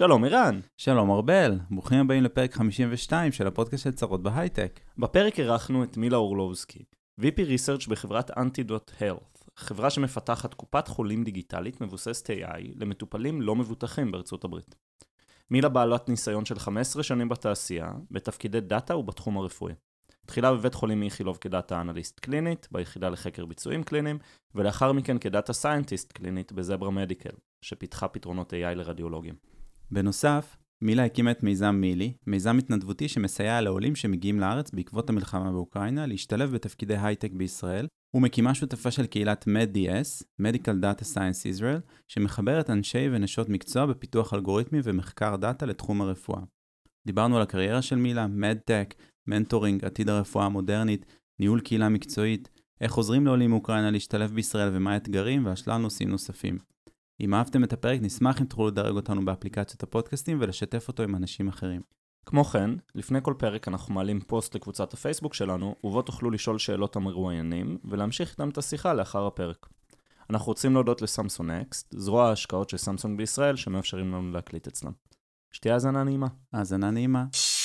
שלום אירן. שלום ארבל, ברוכים הבאים לפרק 52 של הפודקאסט של צרות בהייטק. בפרק אירחנו את מילה אורלובסקי, VP Research בחברת Antidote Health, חברה שמפתחת קופת חולים דיגיטלית מבוססת AI למטופלים לא מבוטחים בארצות הברית. מילה בעלת ניסיון של 15 שנים בתעשייה, בתפקידי דאטה ובתחום הרפואי. תחילה בבית חולים איכילוב כדאטה אנליסט קלינית, ביחידה לחקר ביצועים קליניים, ולאחר מכן כדאטה סיינטיסט קלינית בזברה מדיקל, שפיתחה פתרונות AI לרדיולוגים. בנוסף, מילה הקימה את מיזם מילי, מיזם התנדבותי שמסייע לעולים שמגיעים לארץ בעקבות המלחמה באוקראינה להשתלב בתפקידי הייטק בישראל, ומקימה שותפה של קהילת MedDS, Medical Data Science Israel, שמחברת אנשי ונשות מקצוע בפיתוח אלגוריתמי ומחקר דאטה לתחום הרפואה. דיברנו על הקריירה של מילה, MedTech, מנטורינג, עתיד הרפואה המודרנית, ניהול קהילה מקצועית, איך עוזרים לעולים מאוקראינה להשתלב בישראל ומה האתגרים והשלל נושאים נוספים. אם אהבתם את הפרק, נשמח אם תוכלו לדרג אותנו באפליקציות הפודקאסטים ולשתף אותו עם אנשים אחרים. כמו כן, לפני כל פרק אנחנו מעלים פוסט לקבוצת הפייסבוק שלנו, ובו תוכלו לשאול שאלות המרואיינים, ולהמשיך איתם את השיחה לאחר הפרק. אנחנו רוצים להודות לסמסונג נקסט, זרוע ההשקעות של סמסונג בישראל, שמאפשרים לנו להקליט אצלם. שתהיה האזנה נעימה. האזנה נעימה.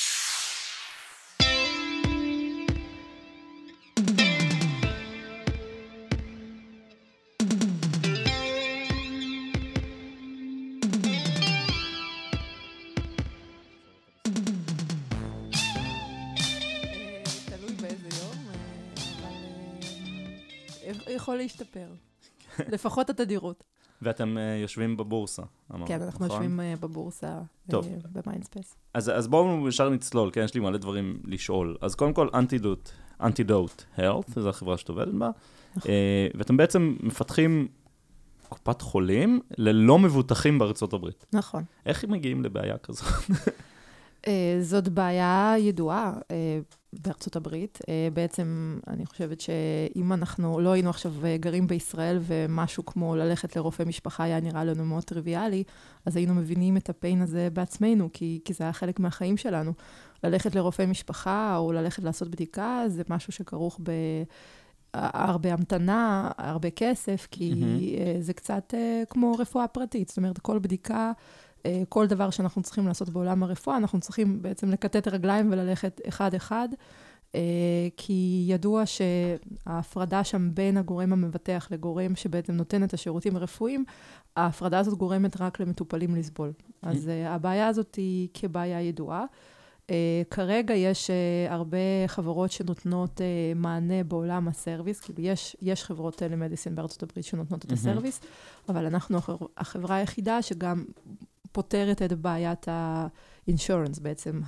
יכול להשתפר. לפחות התדירות. ואתם יושבים בבורסה. כן, אנחנו יושבים בבורסה במיינדספייס. אז בואו ישר נצלול, כן, יש לי מלא דברים לשאול. אז קודם כל, Antidote Health, זו החברה שאת עובדת בה, ואתם בעצם מפתחים קופת חולים ללא מבוטחים בארצות הברית. נכון. איך הם מגיעים לבעיה כזאת? זאת בעיה ידועה בארצות הברית. בעצם אני חושבת שאם אנחנו לא היינו עכשיו גרים בישראל ומשהו כמו ללכת לרופא משפחה היה נראה לנו מאוד טריוויאלי, אז היינו מבינים את הפיין הזה בעצמנו, כי זה היה חלק מהחיים שלנו. ללכת לרופא משפחה או ללכת לעשות בדיקה זה משהו שכרוך הרבה המתנה, הרבה כסף, כי זה קצת כמו רפואה פרטית. זאת אומרת, כל בדיקה, כל דבר שאנחנו צריכים לעשות בעולם הרפואה, אנחנו צריכים בעצם לקטט רגליים וללכת אחד-אחד, כי ידוע שההפרדה שם בין הגורם המבטח לגורם שבעצם נותן את השירותים הרפואיים, ההפרדה הזאת גורמת רק למטופלים לסבול. אז הבעיה הזאת היא כבעיה ידועה. כרגע יש הרבה חברות שנותנות מענה בעולם הסרוויס, כאילו יש חברות טלמדיסין בארצות הברית שנותנות את הסרוויס, אבל אנחנו החברה היחידה שגם פותרת את בעיית האינשורנס, בעצם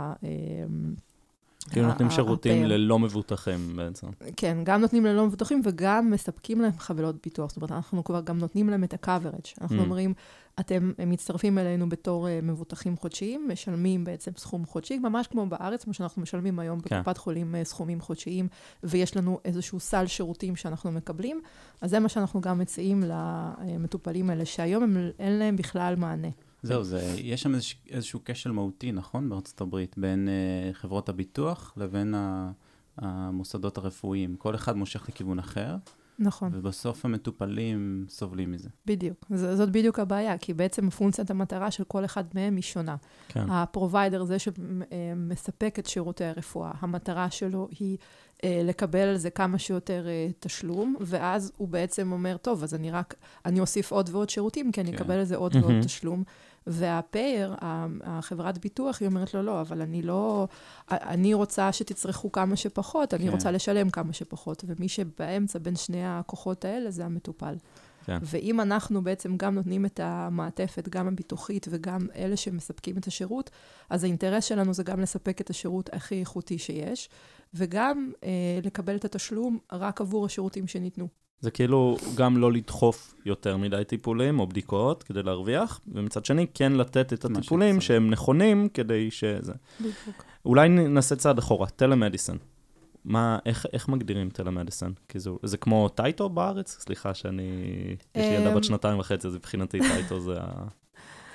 כאילו נותנים שירותים ללא מבוטחים בעצם. כן, גם נותנים ללא מבוטחים וגם מספקים להם חבילות ביטוח. זאת אומרת, אנחנו כבר גם נותנים להם את ה-coverage. אנחנו אומרים, אתם מצטרפים אלינו בתור מבוטחים חודשיים, משלמים בעצם סכום חודשי, ממש כמו בארץ, כמו שאנחנו משלמים היום בקופת חולים סכומים חודשיים, ויש לנו איזשהו סל שירותים שאנחנו מקבלים. אז זה מה שאנחנו גם מציעים למטופלים האלה, שהיום אין להם בכלל מענה. זהו, יש שם איזשהו כשל מהותי, נכון? בארצות הברית, בין חברות הביטוח לבין המוסדות הרפואיים. כל אחד מושך לכיוון אחר. נכון. ובסוף המטופלים סובלים מזה. בדיוק. זאת בדיוק הבעיה, כי בעצם פונקציית המטרה של כל אחד מהם היא שונה. כן. הפרוביידר זה שמספק את שירותי הרפואה, המטרה שלו היא לקבל על זה כמה שיותר תשלום, ואז הוא בעצם אומר, טוב, אז אני אוסיף עוד ועוד שירותים, כי אני אקבל על זה עוד ועוד תשלום. והפייר, החברת ביטוח, היא אומרת לו, לא, אבל אני רוצה שתצרכו כמה שפחות, אני רוצה לשלם כמה שפחות, ומי שבאמצע בין שני הכוחות האלה, זה המטופל. כן. ואם אנחנו בעצם גם נותנים את המעטפת, גם הביטוחית וגם אלה שמספקים את השירות, אז האינטרס שלנו זה גם לספק את השירות הכי איכותי שיש, וגם לקבל את התשלום רק עבור השירותים שניתנו. זה כאילו גם לא לדחוף יותר מדי טיפולים או בדיקות כדי להרוויח, ומצד שני כן לתת את הטיפולים שהם נכונים כדי שזה. בדיוק. אולי נעשה צעד אחורה, טלמדיסן. איך מגדירים טלמדיסן? זה כמו טייטו בארץ? סליחה יש לי ילדה בת 2.5, אז מבחינתי טייטו זה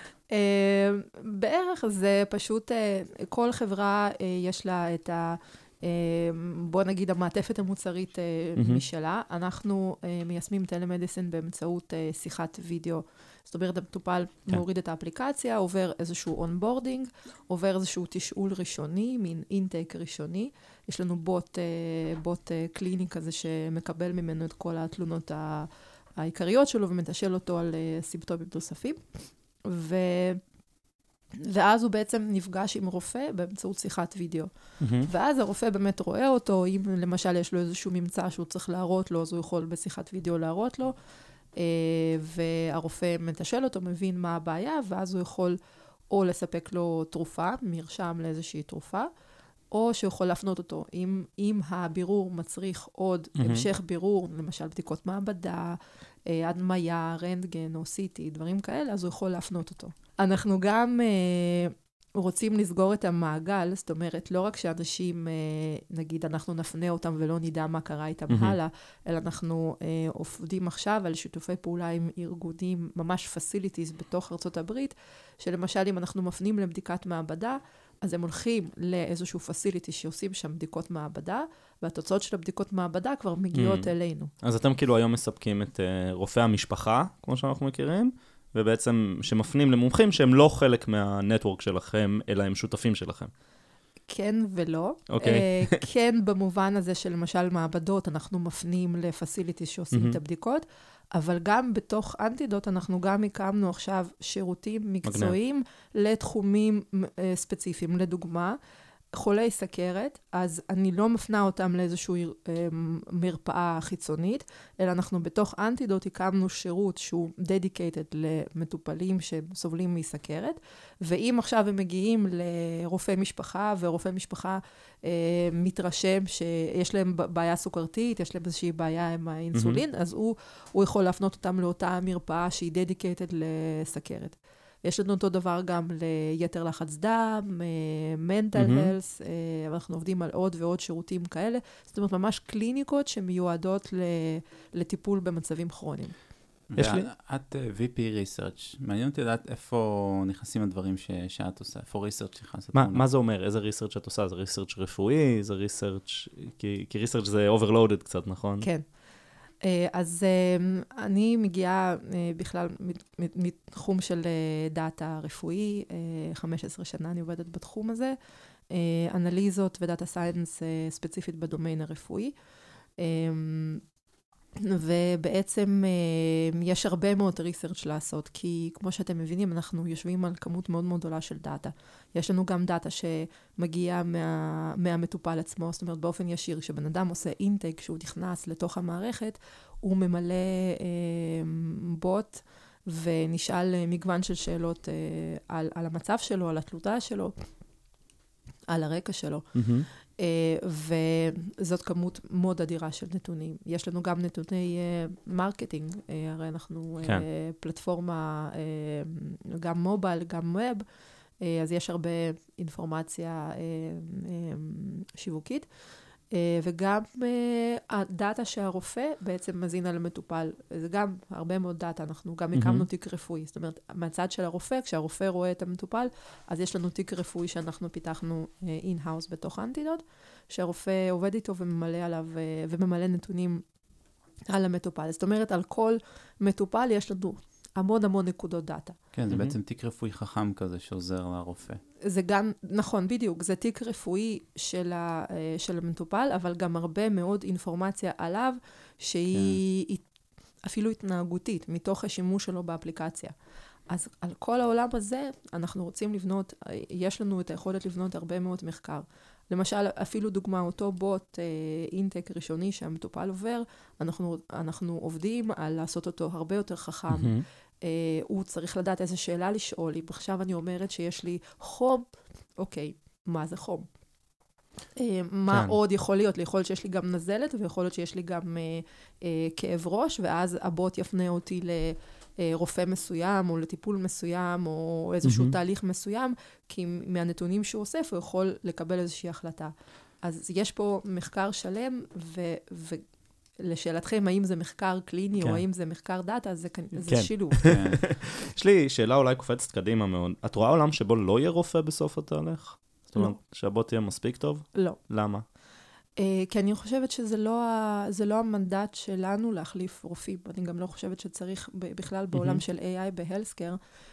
בערך זה פשוט, כל חברה יש לה את בוא נגיד המעטפת המוצרית משלה, אנחנו מיישמים טלמדיסין באמצעות שיחת וידאו. זאת אומרת, המטופל מוריד את האפליקציה, עובר איזשהו אונבורדינג, עובר איזשהו תשאול ראשוני, מין אינטייק ראשוני. יש לנו בוט קליני כזה שמקבל ממנו את כל התלונות העיקריות שלו ומתשאל אותו על סימפטומים נוספים. ואז הוא בעצם נפגש עם רופא באמצעות שיחת וידאו. ואז הרופא באמת רואה אותו, אם למשל יש לו איזשהו ממצא שהוא צריך להראות לו, אז הוא יכול בשיחת וידאו להראות לו, והרופא מתשאל אותו, מבין מה הבעיה, ואז הוא יכול או לספק לו תרופה, מרשם לאיזושהי תרופה, או שהוא יכול להפנות אותו. אם הבירור מצריך עוד המשך בירור, למשל בדיקות מעבדה, הדמיה, רנטגן או סיטי, דברים כאלה, אז הוא יכול להפנות אותו. אנחנו גם רוצים לסגור את המעגל, זאת אומרת, לא רק שאנשים, נגיד, אנחנו נפנה אותם ולא נדע מה קרה איתם הלאה, אלא אנחנו עובדים עכשיו על שיתופי פעולה עם ארגונים, ממש facilities בתוך ארצות הברית, שלמשל אם אנחנו מפנים לבדיקת מעבדה, אז הם הולכים לאיזשהו facility שעושים שם בדיקות מעבדה, והתוצאות של הבדיקות מעבדה כבר מגיעות אלינו. אז אתם כאילו היום מספקים את רופאי המשפחה, כמו שאנחנו מכירים, ובעצם שמפנים למומחים שהם לא חלק מהנטוורק שלכם, אלא הם שותפים שלכם. כן ולא. אוקיי. כן במובן הזה שלמשל מעבדות, אנחנו מפנים לפסיליטיז שעושים את הבדיקות, אבל גם בתוך אנטידוט אנחנו גם הקמנו עכשיו שירותים מקצועיים לתחומים ספציפיים. לדוגמה, חולי סכרת, אז אני לא מפנה אותם לאיזושהי מרפאה חיצונית, אלא אנחנו בתוך אנטידוט הקמנו שירות שהוא dedicated למטופלים שסובלים מסכרת, ואם עכשיו הם מגיעים לרופא משפחה, ורופא משפחה מתרשם שיש להם בעיה סוכרתית, יש להם איזושהי בעיה עם האינסולין, אז הוא יכול להפנות אותם לאותה מרפאה שהיא dedicated לסכרת. יש לנו אותו דבר גם ליתר לחץ דם, mental health, אנחנו עובדים על עוד ועוד שירותים כאלה. זאת אומרת, ממש קליניקות שמיועדות לטיפול במצבים כרוניים. ואת VP Research, מעניין אותי לדעת איפה נכנסים הדברים שאת עושה, איפה Research נכנס. מה זה אומר? איזה Research את עושה? זה Research רפואי? זה Research, כי Research זה overloaded קצת, נכון? כן. אז אני מגיעה בכלל מתחום של דאטה רפואי, 15 שנה אני עובדת בתחום הזה, אנליזות ודאטה סיינס ספציפית בדומיין הרפואי, ובעצם יש הרבה מאוד ריסרצ' לעשות, כי כמו שאתם מבינים, אנחנו יושבים על כמות מאוד מאוד גדולה של דאטה. יש לנו גם דאטה שמגיע מהמטופל עצמו, זאת אומרת באופן ישיר, כשבן אדם עושה אינטייק, שהוא נכנס לתוך המערכת, הוא ממלא בוט, ונשאל מגוון של שאלות על המצב שלו, על התלותה שלו, על הרקע שלו. וזאת כמות מאוד אדירה של נתונים. יש לנו גם נתוני מרקטינג, הרי אנחנו פלטפורמה, גם מובייל, גם ווב, אז יש הרבה אינפורמציה שיווקית, וגם הדאטה שהרופא בעצם מזין על המטופל, זה גם הרבה מאוד דאטה, אנחנו גם הקמנו תיק רפואי, זאת אומרת, מהצד של הרופא, כשהרופא רואה את המטופל, אז יש לנו תיק רפואי שאנחנו פיתחנו אין-האוס בתוך אנטידוט, שהרופא עובד איתו וממלא עליו, וממלא נתונים על המטופל. זאת אומרת, על כל מטופל יש לנו המון המון נקודות דאטה. כן, זה בעצם תיק רפואי חכם כזה שעוזר לרופא. זה גם, נכון, בדיוק, זה תיק רפואי של המטופל, אבל גם הרבה מאוד אינפורמציה עליו, שהיא אפילו התנהגותית, מתוך השימוש שלו באפליקציה. אז על כל העולם הזה, אנחנו רוצים לבנות, יש לנו את היכולת לבנות הרבה מאוד מחקר. למשל, אפילו דוגמה, אותו בוט אינטק ראשוני שהמטופל עובר, אנחנו עובדים על לעשות אותו הרבה יותר חכם. הוא צריך לדעת איזה שאלה לשאול. אם עכשיו אני אומרת שיש לי חום, אוקיי, מה זה חום? מה עוד יכול להיות? יכול להיות שיש לי גם נזלת, ויכול להיות שיש לי גם כאב ראש, ואז הבוט יפנה אותי לרופא מסוים, או לטיפול מסוים, או איזשהו תהליך מסוים, כי מהנתונים שהוא אוסף, הוא יכול לקבל איזושהי החלטה. אז יש פה מחקר שלם, לשאלתכם, האם זה מחקר קליני, או האם זה מחקר דאטה, זה שילוב. יש לי שאלה אולי קופצת קדימה מאוד. את רואה עולם שבו לא יהיה רופא בסוף התהליך? זאת אומרת, שהבוט יהיה מספיק טוב? לא. למה? כי אני חושבת שזה לא המנדט שלנו להחליף רופאים. אני גם לא חושבת שצריך בכלל בעולם של AI בהלסקר,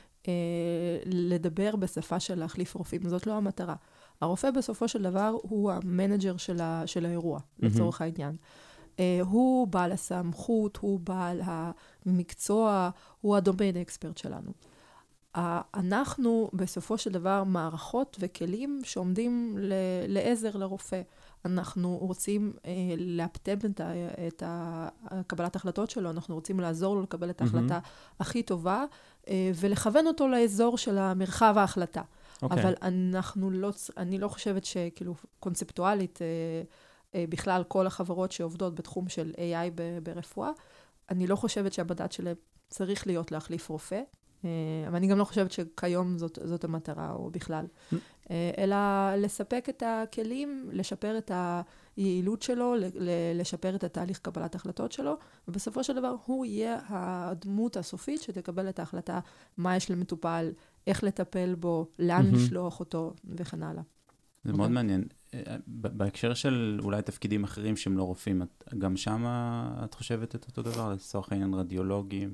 לדבר בשפה של להחליף רופאים. זאת לא המטרה. הרופא בסופו של דבר הוא המנג'ר של האירוע, לצורך העניין. הוא בעל הסמכות, הוא בעל המקצוע, הוא הדומיין אקספרט שלנו. אנחנו בסופו של דבר מערכות וכלים שעומדים לעזר לרופא. אנחנו רוצים להפטם את קבלת ההחלטות שלו, אנחנו רוצים לעזור לו לקבל את ההחלטה הכי טובה, ולכוון אותו לאזור של המרחב ההחלטה. אבל אני לא חושבת שכאילו קונספטואלית, בכלל כל החברות שעובדות בתחום של AI ברפואה, אני לא חושבת שהמדד שלהם צריך להיות להחליף רופא, אבל אני גם לא חושבת שכיום זאת המטרה או בכלל. אלא לספק את הכלים, לשפר את היעילות שלו, לשפר את התהליך קבלת ההחלטות שלו, ובסופו של דבר הוא יהיה הדמות הסופית שתקבל את ההחלטה, מה יש למטופל, איך לטפל בו, לאן לשלוח אותו וכן הלאה. זה מאוד מעניין. בהקשר של אולי תפקידים אחרים שהם לא רופאים, גם שם את חושבת את אותו דבר, לצורך העניין רדיולוגים?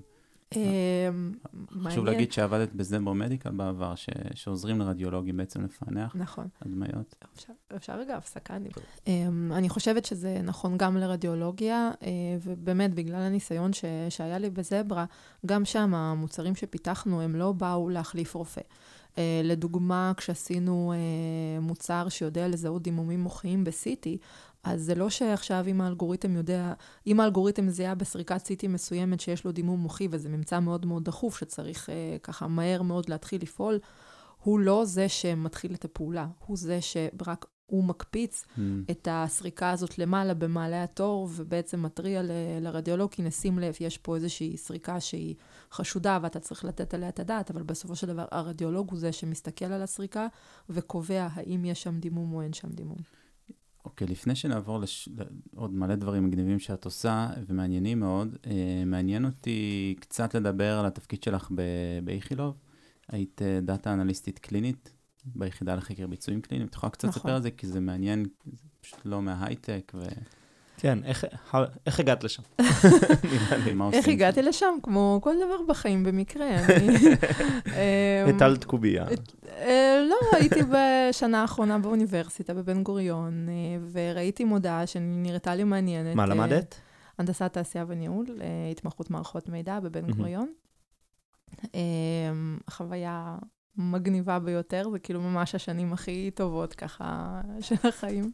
חשוב להגיד שעבדת בזמבר מדיקל בעבר, שעוזרים לרדיולוגים בעצם לפענח הדמיות. אפשר רגע הפסקה. אני חושבת שזה נכון גם לרדיולוגיה, ובאמת בגלל הניסיון שהיה לי בזברה, גם שם המוצרים שפיתחנו הם לא באו להחליף רופא. לדוגמה, כשעשינו מוצר שיודע לזהות דימומים מוחיים ב-CT, אז זה לא שעכשיו אם האלגוריתם זיהה בסריקת CT מסוימת שיש לו דימום מוחי, וזה ממצא מאוד מאוד דחוף, שצריך ככה מהר מאוד להתחיל לפעול, הוא לא זה שמתחיל את הפעולה, הוא זה שרק הוא מקפיץ את הסריקה הזאת למעלה במעלה התור, ובעצם מטריע לרדיולוג, כי נשים לב, יש פה איזושהי סריקה שהיא חשודה, ואתה צריך לתת עליה את הדעת, אבל בסופו של דבר הרדיולוג הוא זה שמסתכל על הסריקה, וקובע האם יש שם דימום או אין שם דימום. אוקיי, לפני שנעבור לעוד מלא דברים מגניבים שאת עושה, ומעניינים מאוד, מעניין אותי קצת לדבר על התפקיד שלך באיכילוב. היית דאטה אנליסטית קלינית ביחידה לחקר ביצועים קליניים. את יכולה קצת לספר על זה, כי זה מעניין, זה פשוט לא מההייטק. כן, איך הגעת לשם? איך הגעתי לשם? כמו כל דבר בחיים במקרה. הטלת קוביה. לא, הייתי בשנה האחרונה באוניברסיטה בבן גוריון, וראיתי מודעה שנראתה לי מעניינת. מה למדת? הנדסת תעשייה וניהול, התמחות מערכות מידע בבן גוריון. חוויה מגניבה ביותר, זה כאילו ממש השנים הכי טובות ככה של החיים.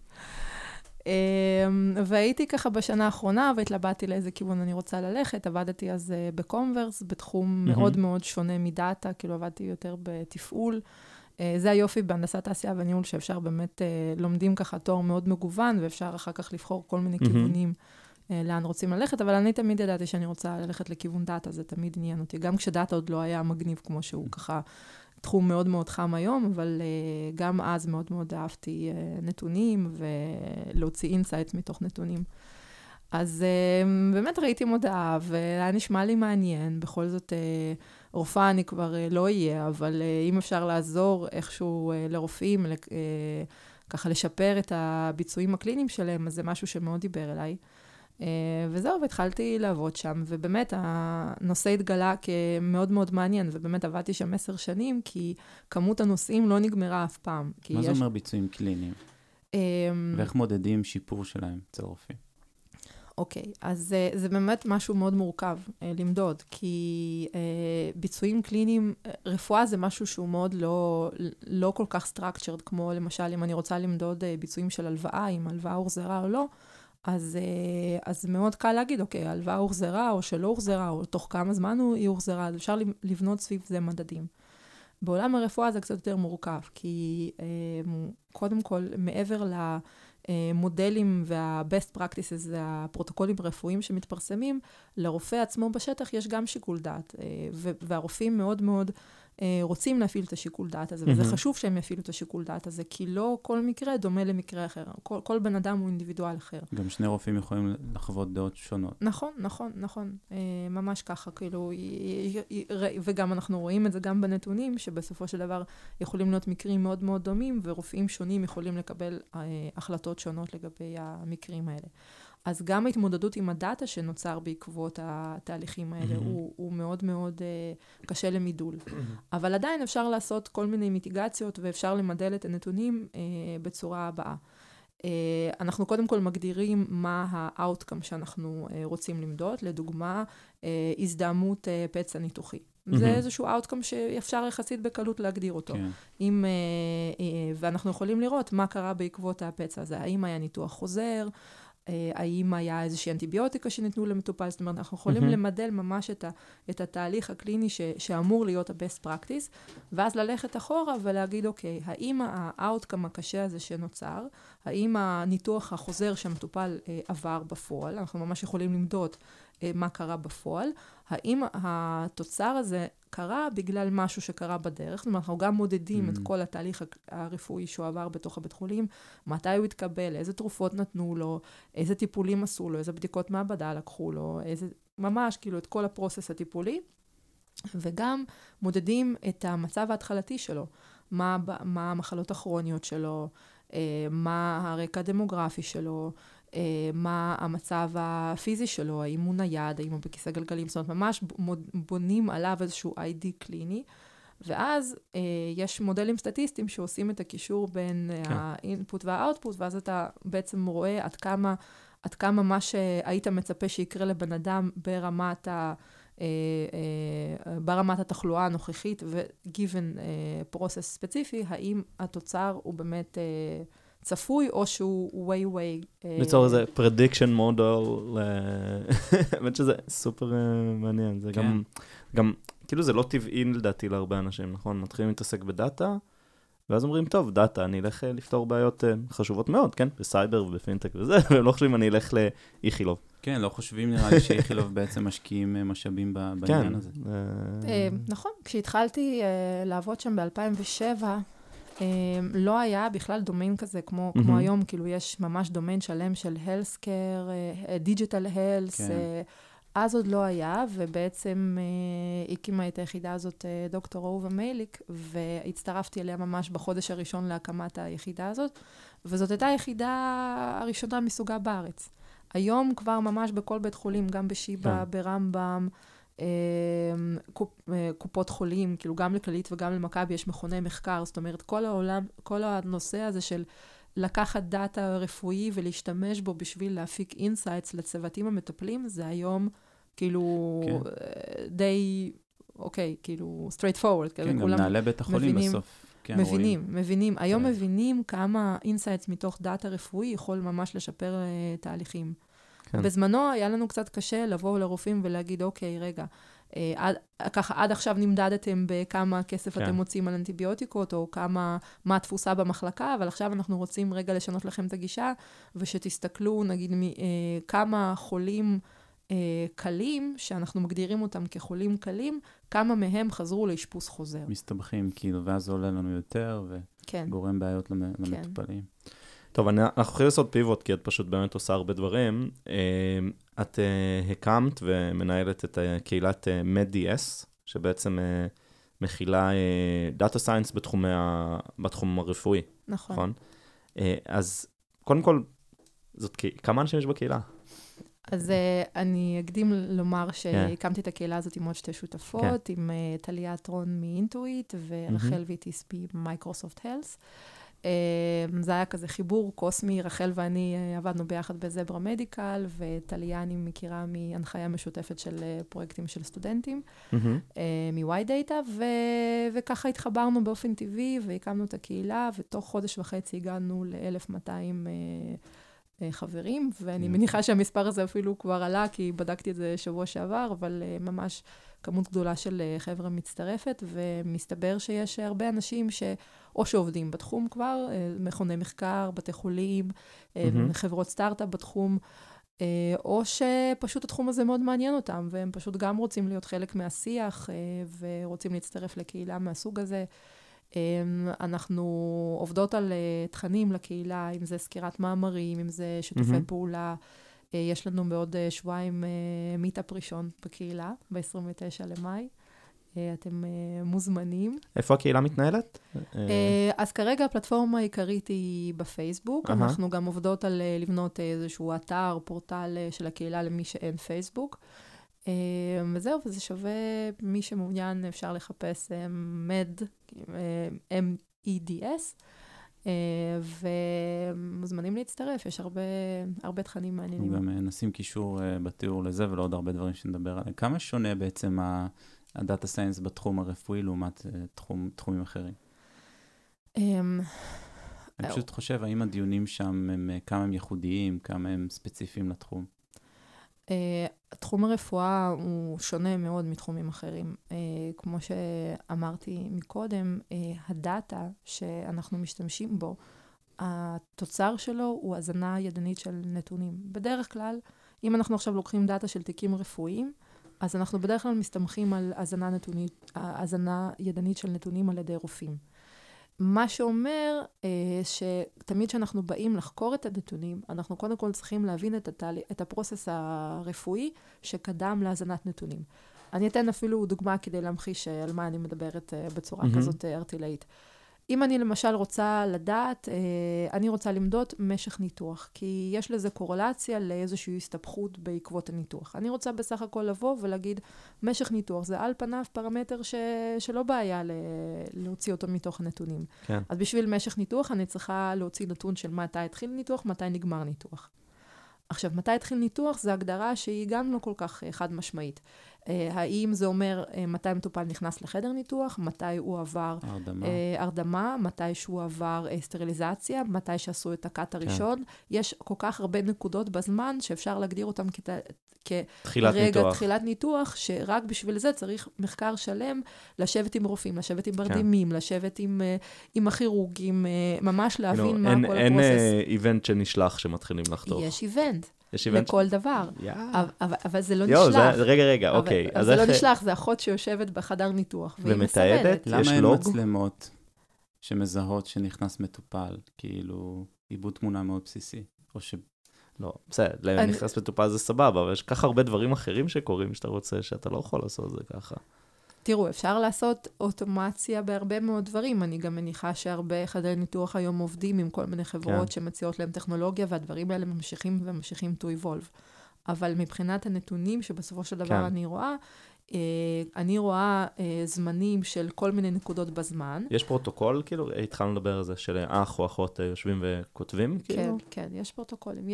והייתי ככה בשנה האחרונה, והתלבטתי לאיזה כיוון אני רוצה ללכת. עבדתי אז בקומברס, בתחום מאוד מאוד שונה מדאטה, כאילו עבדתי יותר בתפעול. זה היופי בהנדסת תעשייה וניהול, שאפשר באמת לומדים ככה תואר מאוד מגוון, ואפשר אחר כך לבחור כל מיני כיוונים לאן רוצים ללכת, אבל אני תמיד ידעתי שאני רוצה ללכת לכיוון דאטה, זה תמיד עניין אותי. גם כשדאטה עוד לא היה מגניב כמו שהוא ככה, תחום מאוד מאוד חם היום, אבל גם אז מאוד מאוד אהבתי נתונים, ולהוציא אינסייטס מתוך נתונים. אז באמת ראיתי מודעה, והיה נשמע לי מעניין, בכל זאת רופאה אני כבר לא אהיה, אבל אם אפשר לעזור איכשהו לרופאים, ככה לשפר את הביצועים הקליניים שלהם, אז זה משהו שמאוד דיבר אליי. וזהו, והתחלתי לעבוד שם, ובאמת הנושא התגלה כמאוד מאוד מעניין, ובאמת עבדתי שם 10 שנים, כי כמות הנושאים לא נגמרה אף פעם. מה זה אומר ביצועים קליניים? ואיך מודדים שיפור שלהם אצל רופאים? אוקיי, אז זה באמת משהו מאוד מורכב למדוד, כי ביצועים קליניים, רפואה זה משהו שהוא מאוד לא כל כך structured, כמו למשל אם אני רוצה למדוד ביצועים של הלוואה, אם הלוואה הוחזרה או לא, אז מאוד קל להגיד, אוקיי, הלוואה הוחזרה או שלא הוחזרה, או תוך כמה זמן היא הוחזרה, אז אפשר לבנות סביב זה מדדים. בעולם הרפואה זה קצת יותר מורכב, כי קודם כל, מעבר למודלים וה-best practices, הפרוטוקולים רפואיים שמתפרסמים, לרופא עצמו בשטח יש גם שיקול דעת, והרופאים מאוד מאוד רוצים להפעיל את השיקול דעת הזה, וזה חשוב שהם יפעילו את השיקול דעת הזה, כי לא כל מקרה דומה למקרה אחר. כל בן אדם הוא אינדיבידואל אחר. גם שני רופאים יכולים לחוות דעות שונות. נכון. ממש ככה, כאילו, וגם אנחנו רואים את זה גם בנתונים, שבסופו של דבר יכולים להיות מקרים מאוד מאוד דומים, ורופאים שונים יכולים לקבל החלטות שונות לגבי המקרים האלה. אז גם ההתמודדות עם הדאטה שנוצר בעקבות התהליכים האלה, הוא מאוד מאוד קשה למידול. אבל עדיין אפשר לעשות כל מיני מיטיגציות, ואפשר למדל את הנתונים בצורה הבאה. אנחנו קודם כל מגדירים מה ה-outcome שאנחנו רוצים למדוד, לדוגמה, הזדהמות פצע ניתוחי. זה איזשהו outcome שאפשר יחסית בקלות להגדיר אותו. ואנחנו יכולים לראות מה קרה בעקבות הפצע הזה. האם היה ניתוח חוזר, האם היה איזושהי אנטיביוטיקה שניתנו למטופל, זאת אומרת, אנחנו יכולים למדל ממש את התהליך הקליני שאמור להיות ה-best practice, ואז ללכת אחורה ולהגיד, אוקיי, האם ה-outcome הקשה הזה שנוצר, האם הניתוח החוזר שהמטופל עבר בפועל, אנחנו ממש יכולים למדוד מה קרה בפועל, האם התוצר הזה קרה בגלל משהו שקרה בדרך, זאת אומרת, אנחנו גם מודדים את כל התהליך הרפואי שהוא עבר בתוך הבית חולים, מתי הוא התקבל, איזה תרופות נתנו לו, איזה טיפולים עשו לו, איזה בדיקות מעבדה לקחו לו, ממש כאילו את כל הפרוסס הטיפולי, וגם מודדים את המצב ההתחלתי שלו, מה המחלות הכרוניות שלו, מה הרקע הדמוגרפי שלו, מה המצב הפיזי שלו, האם הוא נייד, האם הוא בכיסא גלגלים, זאת אומרת, ממש בונים עליו איזשהו ID קליני, ואז יש מודלים סטטיסטיים שעושים את הקישור בין האינפוט והאוטפוט, ואז אתה בעצם רואה עד כמה מה שהיית מצפה שיקרה לבן אדם ברמת התחלואה הנוכחית, ו-given process ספציפי, האם התוצר הוא באמת צפוי, או שהוא way. ליצור איזה prediction model, באמת שזה סופר מעניין. זה גם, כאילו זה לא טבעי לדעתי להרבה אנשים, נכון? מתחילים להתעסק בדאטה, ואז אומרים, טוב, דאטה, אני אלך לפתור בעיות חשובות מאוד, כן? בסייבר ובפינטק וזה, והם לא חושבים, אני אלך לאיכילוב. כן, לא חושבים נראה לי שאיכילוב בעצם משקיעים משאבים בעניין הזה. נכון, כשהתחלתי לעבוד שם ב-2007, לא היה בכלל דומיין כזה כמו היום, כאילו יש ממש דומיין שלם של healthcare, digital health, אז עוד לא היה, ובעצם הקימה את היחידה הזאת דוקטור אהובה מייליק, והצטרפתי אליה ממש בחודש הראשון להקמת היחידה הזאת, וזאת הייתה היחידה הראשונה מסוגה בארץ. היום כבר ממש בכל בית חולים, גם בשיבא, ברמב"ם, קופות חולים, כאילו גם לכללית וגם למכבי יש מכוני מחקר, זאת אומרת, כל הנושא הזה של לקחת דאטה רפואי ולהשתמש בו בשביל להפיק אינסייטס לצוותים המטפלים, זה היום כאילו די, אוקיי, כאילו straight forward. כן, גם נעלה בית החולים בסוף. מבינים. היום מבינים כמה אינסייטס מתוך דאטה רפואי יכול ממש לשפר תהליכים. בזמנו היה לנו קצת קשה לבוא לרופאים ולהגיד, אוקיי, רגע, ככה עד עכשיו נמדדתם בכמה כסף אתם מוצאים על אנטיביוטיקות, או מה התפוסה במחלקה, אבל עכשיו אנחנו רוצים רגע לשנות לכם את הגישה, ושתסתכלו, נגיד, כמה חולים קלים, שאנחנו מגדירים אותם כחולים קלים, כמה מהם חזרו לאשפוז חוזר. מסתבכים, כאילו, ואז זה עולה לנו יותר, וגורם בעיות למטופלים. טוב, אנחנו יכולים לעשות פיבוט, כי את פשוט באמת עושה הרבה דברים. את הקמת ומנהלת את קהילת MedDS, שבעצם מכילה Data Science בתחום הרפואי. נכון. אז קודם כל, כמה אנשים יש בקהילה? אז אני אקדים לומר שהקמתי את הקהילה הזאת עם עוד שתי שותפות, עם טליה טרון מאינטואיט ורחל ויטיספי מייקרוסופט הלס. זה היה כזה חיבור קוסמי, רחל ואני עבדנו ביחד בזברה מדיקל, וטליה אני מכירה מהנחיה משותפת של פרויקטים של סטודנטים, מוואי דאטה, וככה התחברנו באופן טבעי, והקמנו את הקהילה, ותוך חודש וחצי הגענו ל-1200 חברים, ואני מניחה שהמספר הזה אפילו כבר עלה, כי בדקתי את זה שבוע שעבר, אבל ממש כמות גדולה של חבר'ה מצטרפת, ומסתבר שיש הרבה אנשים או שעובדים בתחום כבר, מכוני מחקר, בתי חולים, חברות סטארט-אפ בתחום, או שפשוט התחום הזה מאוד מעניין אותם, והם פשוט גם רוצים להיות חלק מהשיח, ורוצים להצטרף לקהילה מהסוג הזה. אנחנו עובדות על תכנים לקהילה, אם זה סקירת מאמרים, אם זה שיתופי פעולה. יש לנו בעוד שבועיים מיטאפ ראשון בקהילה, ב-29 למאי. אתם מוזמנים. איפה הקהילה מתנהלת? אז כרגע הפלטפורמה העיקרית היא בפייסבוק. אנחנו גם עובדות על לבנות איזשהו אתר, פורטל של הקהילה למי שאין פייסבוק. וזהו, וזה שווה, מי שמעוניין אפשר לחפש MEDS, ומוזמנים להצטרף, יש הרבה תחמים מעניינים. גם נשים קישור בתיאור לזה, ולא עוד הרבה דברים שנדבר עליהם. כמה שונה בעצם הדאטה סיינס בתחום הרפואי לעומת תחומים אחרים? אני פשוט חושב, האם הדיונים שם, כמה הם ייחודיים, כמה הם ספציפיים לתחום? תחום הרפואה הוא שונה מאוד מתחומים אחרים. כמו שאמרתי מקודם, הדאטה שאנחנו משתמשים בו, התוצר שלו הוא הזנה ידנית של נתונים. בדרך כלל, אם אנחנו עכשיו לוקחים דאטה של תיקים רפואיים, אז אנחנו בדרך כלל מסתמכים על הזנה ידנית של נתונים על ידי רופאים. מה שאומר שתמיד כשאנחנו באים לחקור את הנתונים, אנחנו קודם כל צריכים להבין את הפרוסס הרפואי שקדם להזנת נתונים. אני אתן אפילו דוגמה כדי להמחיש על מה אני מדברת בצורה כזאת ארטילאית. אם אני למשל רוצה לדעת, אני רוצה למדוד משך ניתוח, כי יש לזה קורלציה לאיזושהי הסתבכות בעקבות הניתוח. אני רוצה בסך הכל לבוא ולהגיד, משך ניתוח זה על פניו פרמטר שלא בעיה להוציא אותו מתוך הנתונים. כן. אז בשביל משך ניתוח אני צריכה להוציא נתון של מתי התחיל ניתוח, מתי נגמר ניתוח. עכשיו, מתי התחיל ניתוח? זו הגדרה שהיא גם לא כל כך חד משמעית. האם זה אומר מתי מטופל נכנס לחדר ניתוח, מתי הוא עבר הרדמה, מתי שהוא עבר סטריליזציה, מתי שעשו את הקאט הראשון. יש כל כך הרבה נקודות בזמן שאפשר להגדיר אותם כרגע תחילת ניתוח, שרק בשביל זה צריך מחקר שלם, לשבת עם רופאים, לשבת עם מרדימים, לשבת עם הכירורגים, ממש להבין מה כל הפרוסס. אין איבנט שנשלח שמתחילים לחתוך. יש איבנט. לכל דבר. אבל זה לא נשלח. רגע, אוקיי. אבל זה לא נשלח, זה אחות שיושבת בחדר ניתוח. ומתעדת, למה אין מצלמות שמזהות שנכנס מטופל? כאילו, עיבוד תמונה מאוד בסיסי. או ש... לא, בסדר, נכנס מטופל זה סבבה, אבל יש ככה הרבה דברים אחרים שקורים שאתה רוצה, שאתה לא יכול לעשות זה ככה. תראו, אפשר לעשות אוטומציה בהרבה מאוד דברים. אני גם מניחה שהרבה חדרי ניתוח היום עובדים עם כל מיני חברות שמציעות להם טכנולוגיה, והדברים האלה ממשיכים to evolve. אבל מבחינת הנתונים שבסופו של דבר אני רואה זמנים של כל מיני נקודות בזמן. יש פרוטוקול, כאילו, התחלנו לדבר על זה, של אח או אחות יושבים וכותבים, כאילו? כן, יש פרוטוקולים.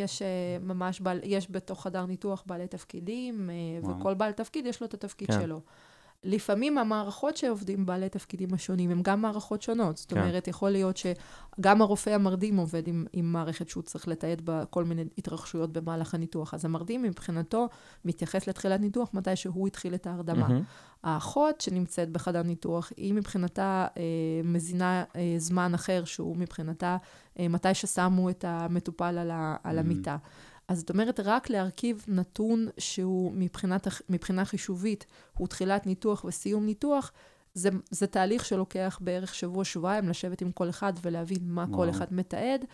יש בתוך חדר ניתוח בעלי תפקידים, וכל בעל תפקיד יש לו את התפקיד שלו. לפעמים המערכות שעובדים בעלי תפקידים השונים, הם גם מערכות שונות. זאת אומרת, יכול להיות שגם הרופא המרדים עובד עם מערכת שהוא צריך לתעד בכל מיני התרחשויות במהלך הניתוח. אז המרדים מבחינתו מתייחס לתחילת ניתוח מתי שהוא התחיל את ההרדמה. האחות שנמצאת בחדר ניתוח, היא מבחינתה מזינה זמן אחר, שהוא מבחינתה מתי ששמו את המטופל על המיטה. אז זאת אומרת, רק להרכיב נתון שהוא מבחינה חישובית, הוא תחילת ניתוח וסיום ניתוח, זה תהליך שלוקח בערך שבוע-שבועיים, לשבת עם כל אחד ולהבין מה כל אחד מתעד,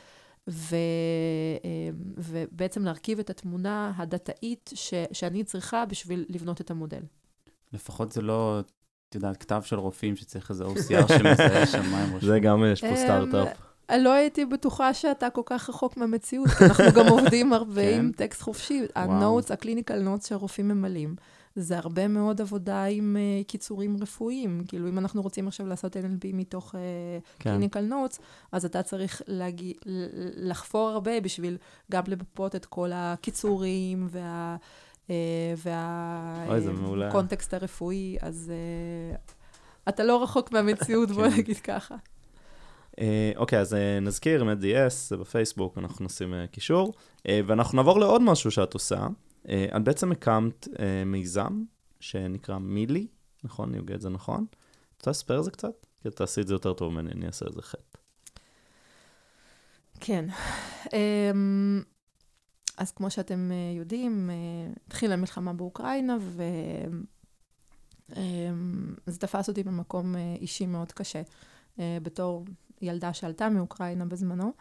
ובעצם להרכיב את התמונה הדאטאית שאני צריכה בשביל לבנות את המודל. לפחות זה לא, את יודעת, כתב של רופאים שצריך איזה OCR שמזהה שם מה הם רושמים. זה גם יש פה סטארט-אפ. לא הייתי בטוחה שאתה כל כך רחוק מהמציאות, כי אנחנו גם עובדים הרבה עם טקסט חופשי. הנוטס, הקליניקל נוטס שהרופאים ממלאים, זה הרבה מאוד עבודה עם קיצורים רפואיים. כאילו, אם אנחנו רוצים עכשיו לעשות NLP מתוך קליניקל נוטס, אז אתה צריך לחפור הרבה בשביל גם לבפות את כל הקיצורים והקונטקסט הרפואי. אז אתה לא רחוק מהמציאות, בוא נגיד ככה. אוקיי, אז נזכיר, MEDS, זה בפייסבוק, אנחנו נשים קישור, ואנחנו נעבור לעוד משהו שאת עושה. את בעצם הקמת מיזם שנקרא מילי, נכון? אני אוגע את זה נכון? אתה אספר על זה קצת? כי תעשי את זה יותר טוב ממני, אני אעשה את זה חטא. כן. אז כמו שאתם יודעים, התחילה המלחמה באוקראינה, זה תפס אותי במקום אישי מאוד קשה, בתור ילדה שעלתה מאוקראינה בזמנו,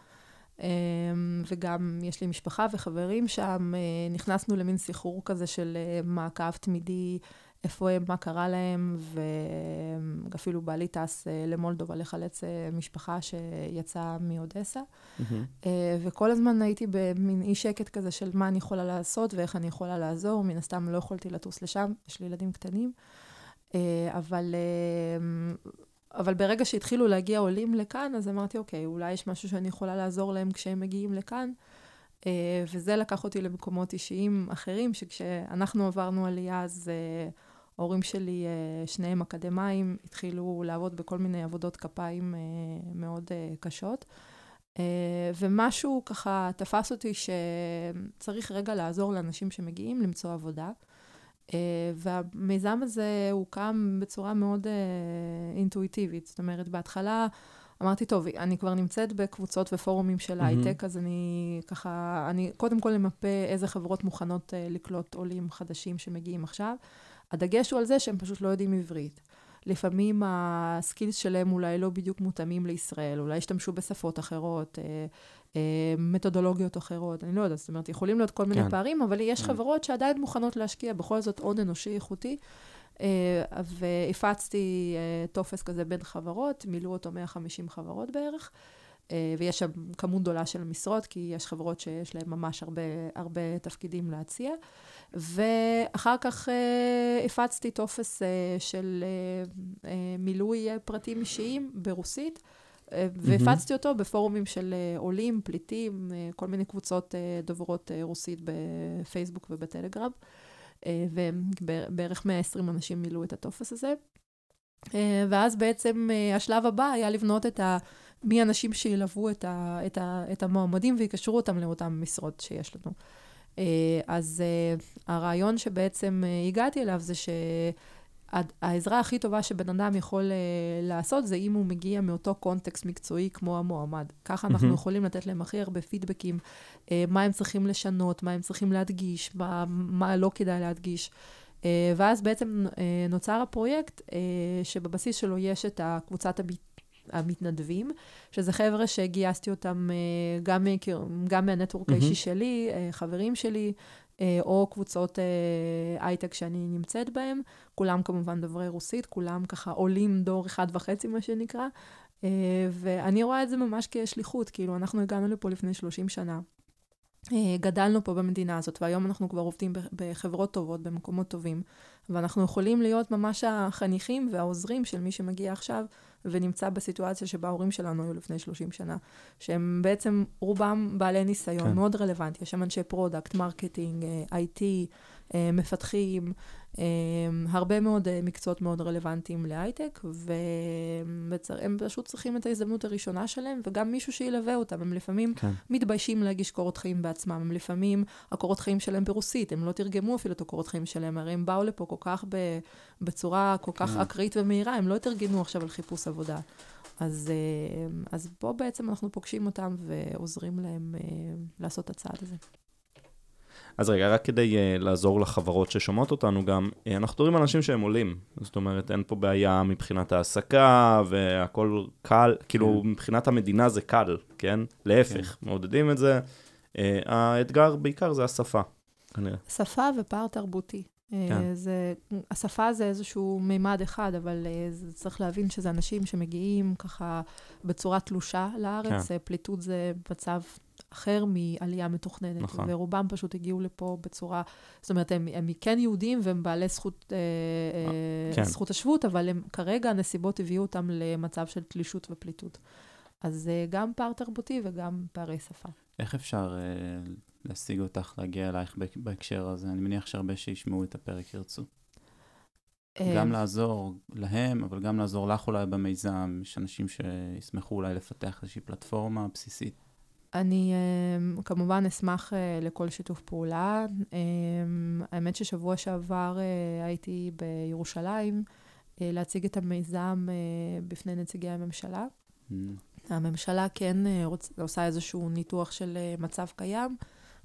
וגם יש לי משפחה וחברים שם, נכנסנו למין סחרור כזה של מעקב תמידי, איפה הם, מה קרה להם, ואפילו בעלי טס למולדובה לחלץ משפחה שיצאה מאודסה. וכל הזמן הייתי במין אי שקט כזה של מה אני יכולה לעשות ואיך אני יכולה לעזור. מן הסתם לא יכולתי לטוס לשם, יש לי ילדים קטנים. אבל ברגע שהתחילו להגיע עולים לכאן, אז אמרתי, אוקיי, אולי יש משהו שאני יכולה לעזור להם כשהם מגיעים לכאן. וזה לקח אותי למקומות אישיים אחרים, שכשאנחנו עברנו עלייה, אז ההורים שלי, שניהם אקדמיים, התחילו לעבוד בכל מיני עבודות כפיים מאוד קשות. ומשהו ככה תפס אותי שצריך רגע לעזור לאנשים שמגיעים למצוא עבודה. והמיזם הזה הוא קם בצורה מאוד אינטואיטיבית. זאת אומרת, בהתחלה אמרתי, טוב, אני כבר נמצאת בקבוצות ופורומים של הייטק, אז אני קודם כל למפה איזה חברות מוכנות לקלוט עולים חדשים שמגיעים עכשיו. הדגש הוא על זה שהם פשוט לא יודעים עברית. לפעמים הסקילס שלהם אולי לא בדיוק מותאמים לישראל, אולי השתמשו בשפות אחרות, מתודולוגיות אחרות, אני לא יודעת, זאת אומרת, יכולים להיות כל מיני פערים, אבל יש חברות שעדיין מוכנות להשקיע, בכל זאת עוד אנושי איכותי, והפצתי טופס כזה בין חברות, מילאו אותו 150 חברות בערך, ויש שם כמות גדולה של משרות, כי יש חברות שיש להן ממש הרבה תפקידים להציע, ואחר כך הפצתי טופס של מילוי פרטים אישיים ברוסית, והפצתי אותו בפורומים של עולים, פליטים, כל מיני קבוצות דוברות רוסית בפייסבוק ובטלגרם, ובערך 120 אנשים מילאו את הטופס הזה. ואז בעצם השלב הבא היה לבנות מי אנשים שילוו את המועמדים ויקשרו אותם לאותם משרות שיש לנו. אז הרעיון שבעצם הגעתי אליו זה שהעזרה הכי טובה שבן אדם יכול לעשות זה אם הוא מגיע מאותו קונטקסט מקצועי כמו המועמד. ככה אנחנו יכולים לתת להם הכי הרבה פידבקים, מה הם צריכים לשנות, מה הם צריכים להדגיש, מה לא כדאי להדגיש. ואז בעצם נוצר הפרויקט שבבסיס שלו יש את קבוצת המתנדבים, שזה חבר'ה שגייסתי אותם גם מהנטוורק האישי שלי, חברים שלי, או קבוצות הייטק שאני נמצאת בהם, כולם כמובן דוברי רוסית, כולם ככה עולים דור 1.5 מה שנקרא, ואני רואה את זה ממש כשליחות, כאילו אנחנו הגענו לפה לפני 30 שנה, גדלנו פה במדינה הזאת, והיום אנחנו כבר עובדים בחברות טובות, במקומות טובים, ואנחנו יכולים להיות ממש החניכים והעוזרים של מי שמגיע עכשיו, ונמצא בסיטואציה שבה ההורים שלנו היו לפני 30 שנה, שהם בעצם רובם בעלי ניסיון, מאוד רלוונטי, יש שם אנשי פרודקט, מרקטינג, IT, מפתחים, הרבה מאוד מקצועות מאוד רלוונטיים להייטק, והם פשוט צריכים את ההזדמנות הראשונה שלהם, וגם מישהו שילווה אותם, הם לפעמים מתביישים להגיש קורות חיים בעצמם, הם לפעמים הקורות חיים שלהם ברוסית, הם לא תרגמו אפילו את הקורות חיים שלהם, הרי הם באו לפה כל כך בצורה כל כך אקראית ומהירה, הם לא תרגנו עכשיו על חיפוש עבודה. אז פה בעצם אנחנו פוגשים אותם ועוזרים להם לעשות את הצעד הזה. אז רגע, רק כדי לעזור לחברות ששומעות אותנו גם, אנחנו מדברים על אנשים שהם עולים. זאת אומרת, אין פה בעיה מבחינת העסקה, והכל קל, כאילו מבחינת המדינה זה קל, כן? להפך, מעודדים את זה. האתגר בעיקר זה השפה, כנראה. שפה ופער תרבותי. השפה זה איזשהו מימד אחד, אבל צריך להבין שזה אנשים שמגיעים ככה בצורה תלושה לארץ. פליטות זה מצב אחר מעלייה מתוכננת, ורובם פשוט הגיעו לפה בצורה, זאת אומרת, הם כן יהודים והם בעלי זכות השבות, אבל כרגע הנסיבות הביאו אותם למצב של תלישות ופליטות. אז גם פער תרבותי וגם פערי שפה. איך אפשר להשיג אותך, להגיע אלייך בהקשר הזה? אני מניח שהרבה שישמעו את הפרק ירצו. גם לעזור להם, אבל גם לעזור לך אולי במיזם, יש אנשים שישמחו אולי לפתח איזושהי פלטפורמה בסיסית. אני כמובן אשמח לכל שיתוף פעולה. האמת ששבוע שעבר הייתי בירושלים להציג את המיזם בפני נציגי הממשלה. הממשלה כן עושה איזשהו ניתוח של מצב קיים,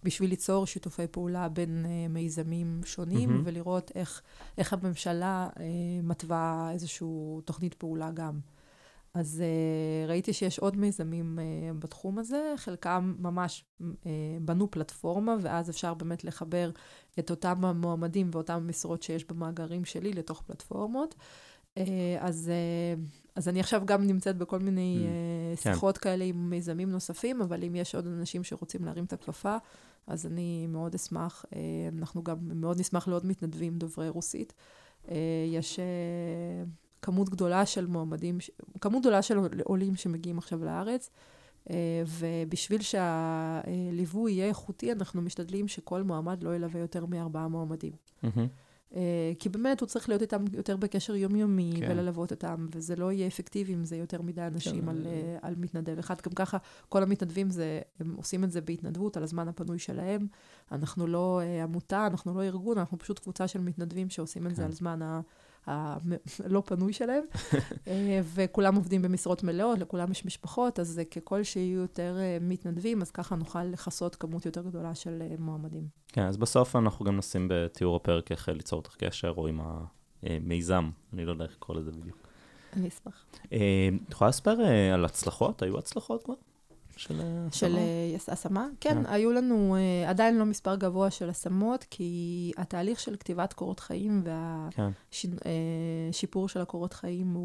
בשביל ליצור שיתופי פעולה בין מיזמים שונים, ולראות איך הממשלה מתווה איזושהי תוכנית פעולה גם. אז ראיתי שיש עוד מיזמים בתחום הזה, חלקם ממש בנו פלטפורמה, ואז אפשר באמת לחבר את אותם המועמדים ואותם המשרות שיש במאגרים שלי לתוך פלטפורמות. אז אני עכשיו גם נמצאת בכל מיני שיחות כאלה עם מיזמים נוספים, אבל אם יש עוד אנשים שרוצים להרים את הכפפה, אז אני מאוד אשמח. אנחנו גם מאוד נשמח לעוד מתנדבים דוברי רוסית. יש כמות גדולה של מועמדים, כמות גדולה של עולים שמגיעים עכשיו לארץ, ובשביל שהליווי יהיה איכותי, אנחנו משתדלים שכל מועמד לא ילווה יותר מ4 מועמדים. כי באמת הוא צריך להיות איתם יותר בקשר יומיומי, וללוות אותם, וזה לא יהיה אפקטיבי אם זה יותר מדי אנשים על מתנדב אחד. גם ככה, כל המתנדבים הם עושים את זה בהתנדבות, על הזמן הפנוי שלהם. אנחנו לא עמותה, אנחנו לא ארגון, אנחנו פשוט קבוצה של מתנדבים שעושים את זה על זמן הלא פנוי שלהם, וכולם עובדים במשרות מלאות, לכולם יש משפחות, אז ככל שיהיו יותר מתנדבים, אז ככה נוכל לחסות כמות יותר גדולה של מועמדים. כן, אז בסוף אנחנו גם נשים בתיאור הפרק איך ליצור את הקשר, או עם המיזם, אני לא יודע איך לקרוא לזה בדיוק. אני אשמח. את יכולה לספר על הצלחות? היו הצלחות כבר? של השמה? כן, היו לנו עדיין לא מספר גבוה של השמות, כי התהליך של כתיבת קורות חיים והשיפור של הקורות חיים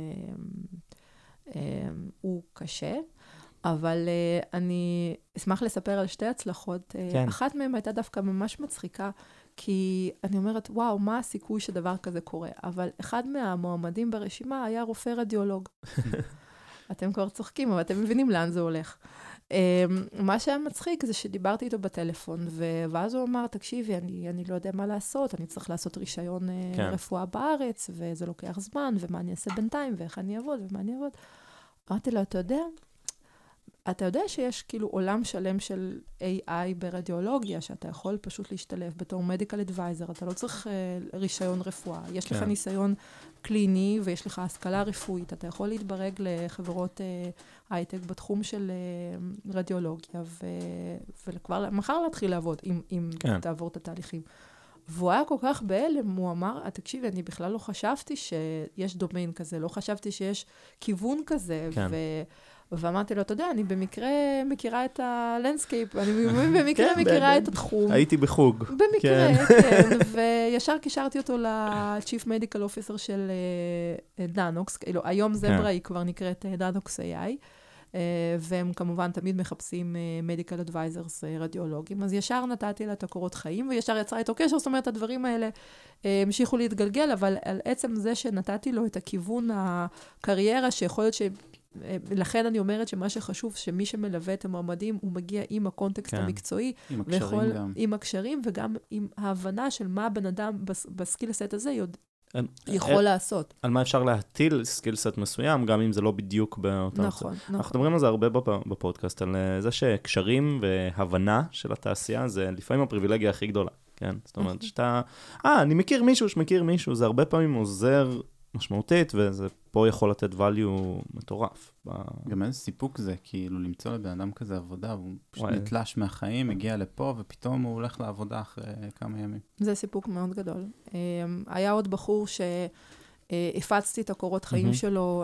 הוא קשה, אבל אני אשמח לספר על 2 הצלחות. אחת מהן הייתה דווקא ממש מצחיקה, כי אני אומרת, וואו, מה הסיכוי שדבר כזה קורה? אבל אחד מהמועמדים ברשימה היה רופא רדיולוג. אתם כבר צוחקים, אבל אתם מבינים לאן זה הולך. מה שהיה מצחיק זה שדיברתי איתו בטלפון, ואז הוא אמר, תקשיבי, אני לא יודע מה לעשות, אני צריך לעשות רישיון רפואה בארץ, וזה לוקח זמן, ומה אני אעשה בינתיים, ואיך אני אעבוד, ומה אני אעבוד. אמרתי לו, אתה יודע שיש כאילו עולם שלם של AI ברדיולוגיה, שאתה יכול פשוט להשתלב בתור medical advisor, אתה לא צריך רישיון רפואה, יש לך ניסיון קליני, ויש לך השכלה רפואית, אתה יכול להתברג לחברות הייטק בתחום של רדיולוגיה, וכבר מחר להתחיל לעבוד, אם תעבור את התהליכים. והוא היה כל כך בהלם, הוא אמר, תקשיבי, אני בכלל לא חשבתי שיש דומיין כזה, לא חשבתי שיש כיוון כזה, ואמרתי לו, אתה יודע, אני במקרה מכירה את הלנדסקייפ, אני במקרה מכירה את התחום. הייתי בחוג. במקרה, כן. וישר קישרתי אותו ל-Chief Medical Officer של דנוקס, כאילו, היום זברה היא כבר נקראת דנוקס AI, והם כמובן תמיד מחפשים Medical Advisors רדיולוגים, אז ישר נתתי לה את הקורות חיים, וישר יצרה איתו קשר, זאת אומרת, הדברים האלה המשיכו להתגלגל, אבל על עצם זה שנתתי לו את הכיוון הקריירה, שיכול להיות לכן אני אומרת שמה שחשוב, שמי שמלווה את המועמדים, הוא מגיע עם הקונטקסט המקצועי, עם הקשרים גם. עם הקשרים, וגם עם ההבנה של מה הבן אדם בסקילסט הזה יכול לעשות. על מה אפשר להטיל סקילסט מסוים, גם אם זה לא בדיוק באותה... נכון. אנחנו מדברים על זה הרבה בפודקאסט, על זה שקשרים והבנה של התעשייה, זה לפעמים הפריבילגיה הכי גדולה, כן? זאת אומרת, שאתה... אני מכיר מישהו שמכיר מישהו, זה הרבה פעמים עוזר משמעותית, וזה פה יכול לתת value מטורף. גם איזה סיפוק זה, כאילו למצוא לבן אדם כזה עבודה, הוא פשוט נתלש מהחיים, הגיע לפה, ופתאום הוא הולך לעבודה אחרי כמה ימים. זה סיפוק מאוד גדול. היה עוד בחור שהפצתי את הקורות חיים שלו,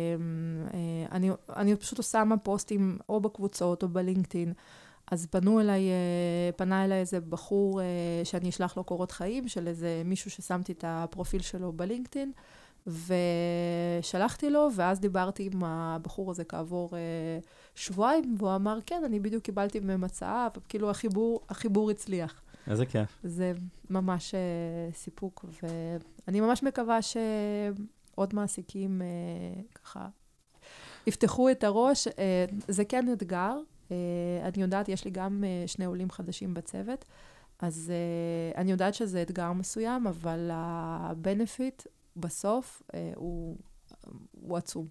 אני פשוט עושה מה פוסטים, או בקבוצות, או בלינקדאין, אז פנה אליי איזה בחור שאני אשלח לו קורות חיים, של איזה מישהו ששמתי את הפרופיל שלו בלינקדאין, ושלחתי לו, ואז דיברתי עם הבחור הזה כעבור שבועיים, והוא אמר, כן, אני בדיוק קיבלתי ממצאה, וכאילו החיבור הצליח. איזה כיף. זה ממש סיפוק, ואני ממש מקווה שעוד מעסיקים ככה יפתחו את הראש. זה כן אתגר, אני יודעת, יש לי גם 2 עולים חדשים בצוות, אז אני יודעת שזה אתגר מסוים, אבל הבנפיט בסוף הוא עצום.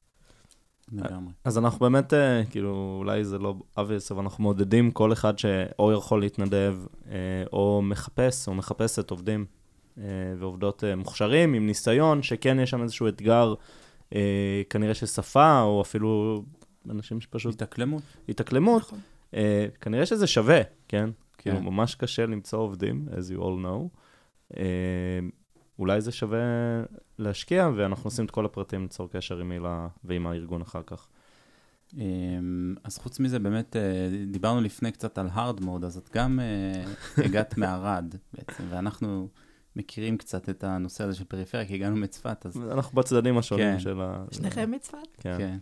אז אנחנו באמת, כאילו, אולי זה לא obvious, אבל אנחנו מעודדים כל אחד שאו יכול להתנדב, או מחפשת עובדים ועובדות מוכשרים עם ניסיון, שכן יש שם איזשהו אתגר, כנראה ששפה, או אפילו אנשים שפשוט... התאקלמות. כנראה שזה שווה, כן? כאילו, ממש קשה למצוא עובדים, as you all know. אולי זה שווה להשקיע, ואנחנו עושים את כל הפרטים ליצור קשר עם מילה ועם הארגון אחר כך. אז חוץ מזה, באמת, דיברנו לפני קצת על hard mode, אז את גם הגעת מערד בעצם, ואנחנו מכירים קצת את הנושא הזה של פריפריה, כי הגענו מצפת, אז... אנחנו בצדדים השונים של ה... שניכם מצפת? כן.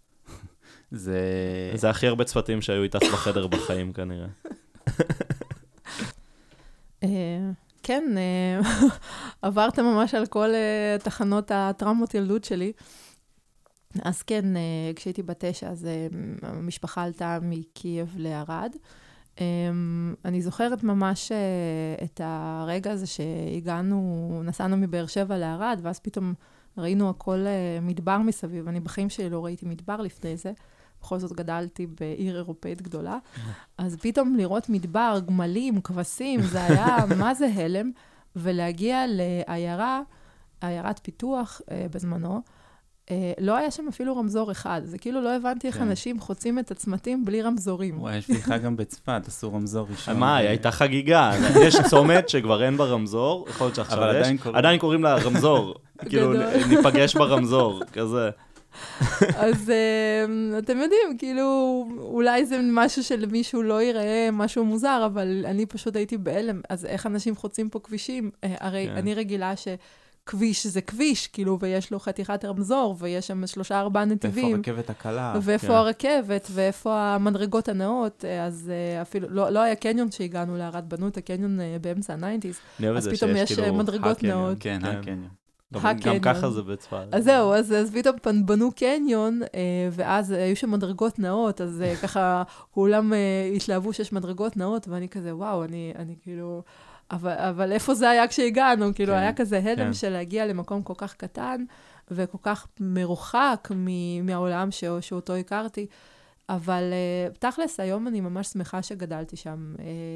זה... זה הכי הרבה צפתים שהיו איתך בחדר בחיים כנראה. כן, עברת ממש על כל תחנות הטראומות ילדות שלי. אז כן, כשהייתי ב9, אז המשפחה עלתה מקייב לערד. אני זוכרת ממש את הרגע הזה שהגענו, נסענו מבאר שבע לערד, ואז פתאום ראינו הכל מדבר מסביב. אני בחיים שלי לא ראיתי מדבר לפני זה. בכל זאת גדלתי בעיר אירופאית גדולה. אז פתאום לראות מדבר, גמלים, כבשים, זה היה מה זה הלם, ולהגיע לעיירה, עיירת פיתוח בזמנו, לא היה שם אפילו רמזור אחד. זה כאילו לא הבנתי איך אנשים חוצים את הצמתים בלי רמזורים. וואי, יש בדיחה גם בצפת, עשו רמזור ראשון. מה, הייתה חגיגה. יש צומת שכבר אין בה רמזור, יכול להיות שעכשיו יש. עדיין קוראים לה רמזור. כאילו, ניפגש ברמזור, כזה. אז אתם יודעים, כאילו, אולי זה משהו שלמישהו לא ייראה משהו מוזר, אבל אני פשוט הייתי בהלם. אז איך אנשים חוצים פה כבישים? הרי אני רגילה שכביש זה כביש, כאילו, ויש לו חתיכת רמזור, ויש שם 3-4 נתיבים. ואיפה הרכבת הקלה. ואיפה הרכבת, ואיפה המדרגות הנאות. אז אפילו, לא היה קניון שהגענו לערד, בנו את הקניון באמצע ה-90s. אז פתאום יש מדרגות נאות. כן, הקניון. גם ככה זה בצפת. אז זהו, אז פתאום בנו קניון, ואז היו שם מדרגות נאות, אז ככה כולם התלהבו שיש מדרגות נאות, ואני כזה, וואו, אני כאילו... אבל איפה זה היה כשהגענו? כאילו, היה כזה הלם של להגיע למקום כל כך קטן, וכל כך מרוחק מהעולם שאותו הכרתי. אבל תכלס, היום אני ממש שמחה שגדלתי שם.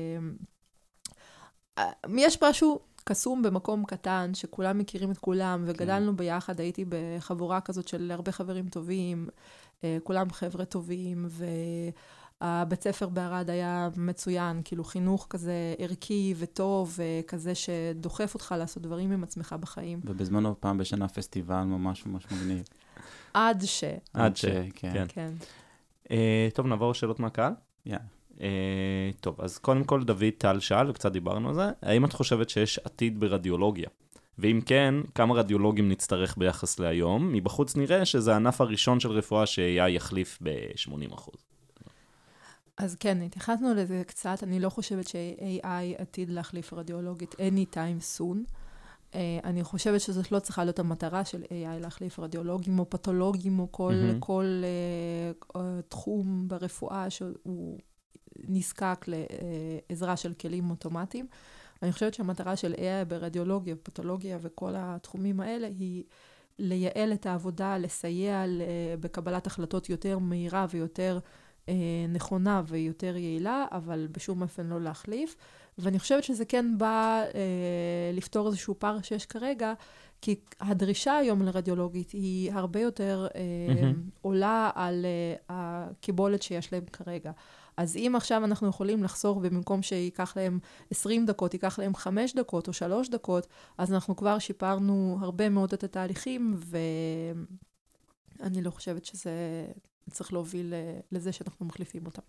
יש משהו קסום במקום קטן, שכולם מכירים את כולם, וגדלנו ביחד, הייתי בחבורה כזאת של הרבה חברים טובים, כולם חבר'ה טובים, והבית ספר בערד היה מצוין, כאילו חינוך כזה ערכי וטוב, וכזה שדוחף אותך לעשות דברים עם עצמך בחיים. ובזמנו פעם בשנה פסטיבל ממש ממש מגניב. עד ש, כן. טוב, נעבור שאלות מהקהל? טוב, אז קודם כל דוד טל שאל, וקצת דיברנו על זה, האם את חושבת שיש עתיד ברדיולוגיה? ואם כן, כמה רדיולוגים נצטרך ביחס להיום? מבחוץ נראה שזה הענף הראשון של רפואה שהיה יחליף ב-80%. אז כן, התייחסנו לזה קצת, אני לא חושבת ש-AI עתיד להחליף רדיולוגית anytime soon. אני חושבת שזאת לא צריכה להיות המטרה של AI להחליף רדיולוגים או פתולוגים או כל תחום ברפואה שהוא נזקק לעזרה של כלים אוטומטיים. אני חושבת שהמטרה של AI ברדיולוגיה, פתולוגיה וכל התחומים האלה היא לייעל את העבודה, לסייע בקבלת החלטות יותר מהירה ויותר נכונה ויותר יעילה, אבל בשום אופן לא להחליף. ואני חושבת שזה כן בא לפתור איזשהו פער שיש כרגע, כי הדרישה היום לרדיולוגית היא הרבה יותר עולה על הקיבולת שיש להם כרגע. אז אם עכשיו אנחנו יכולים לחסוך, ובמקום שיקח להם 20 דקות, ייקח להם 5 דקות או 3 דקות, אז אנחנו כבר שיפרנו הרבה מאוד את התהליכים, ואני לא חושבת שזה צריך להוביל לזה שאנחנו מחליפים אותם.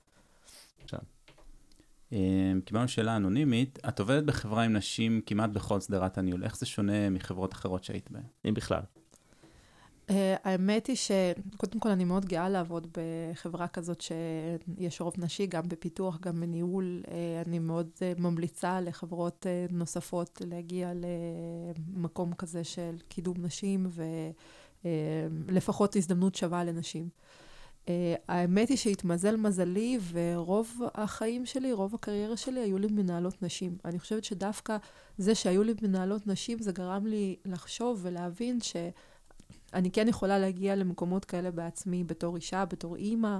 קיבלנו שאלה אנונימית, את עובדת בחברה עם נשים כמעט בכל סדרת הניהול, איך זה שונה מחברות אחרות שהיית בהן? אם בכלל. האמת היא שקודם כל אני מאוד גאה לעבוד בחברה כזאת שיש רוב נשי, גם בפיתוח, גם בניהול. אני מאוד ממליצה לחברות נוספות להגיע למקום כזה של קידום נשים ולפחות הזדמנות שווה לנשים. האמת היא שהתמזל מזלי, ורוב החיים שלי, רוב הקריירה שלי, היו לי מנהלות נשים. אני חושבת שדווקא זה שהיו לי מנהלות נשים, זה גרם לי לחשוב ולהבין שאני כן יכולה להגיע למקומות כאלה בעצמי, בתור אישה, בתור אימא,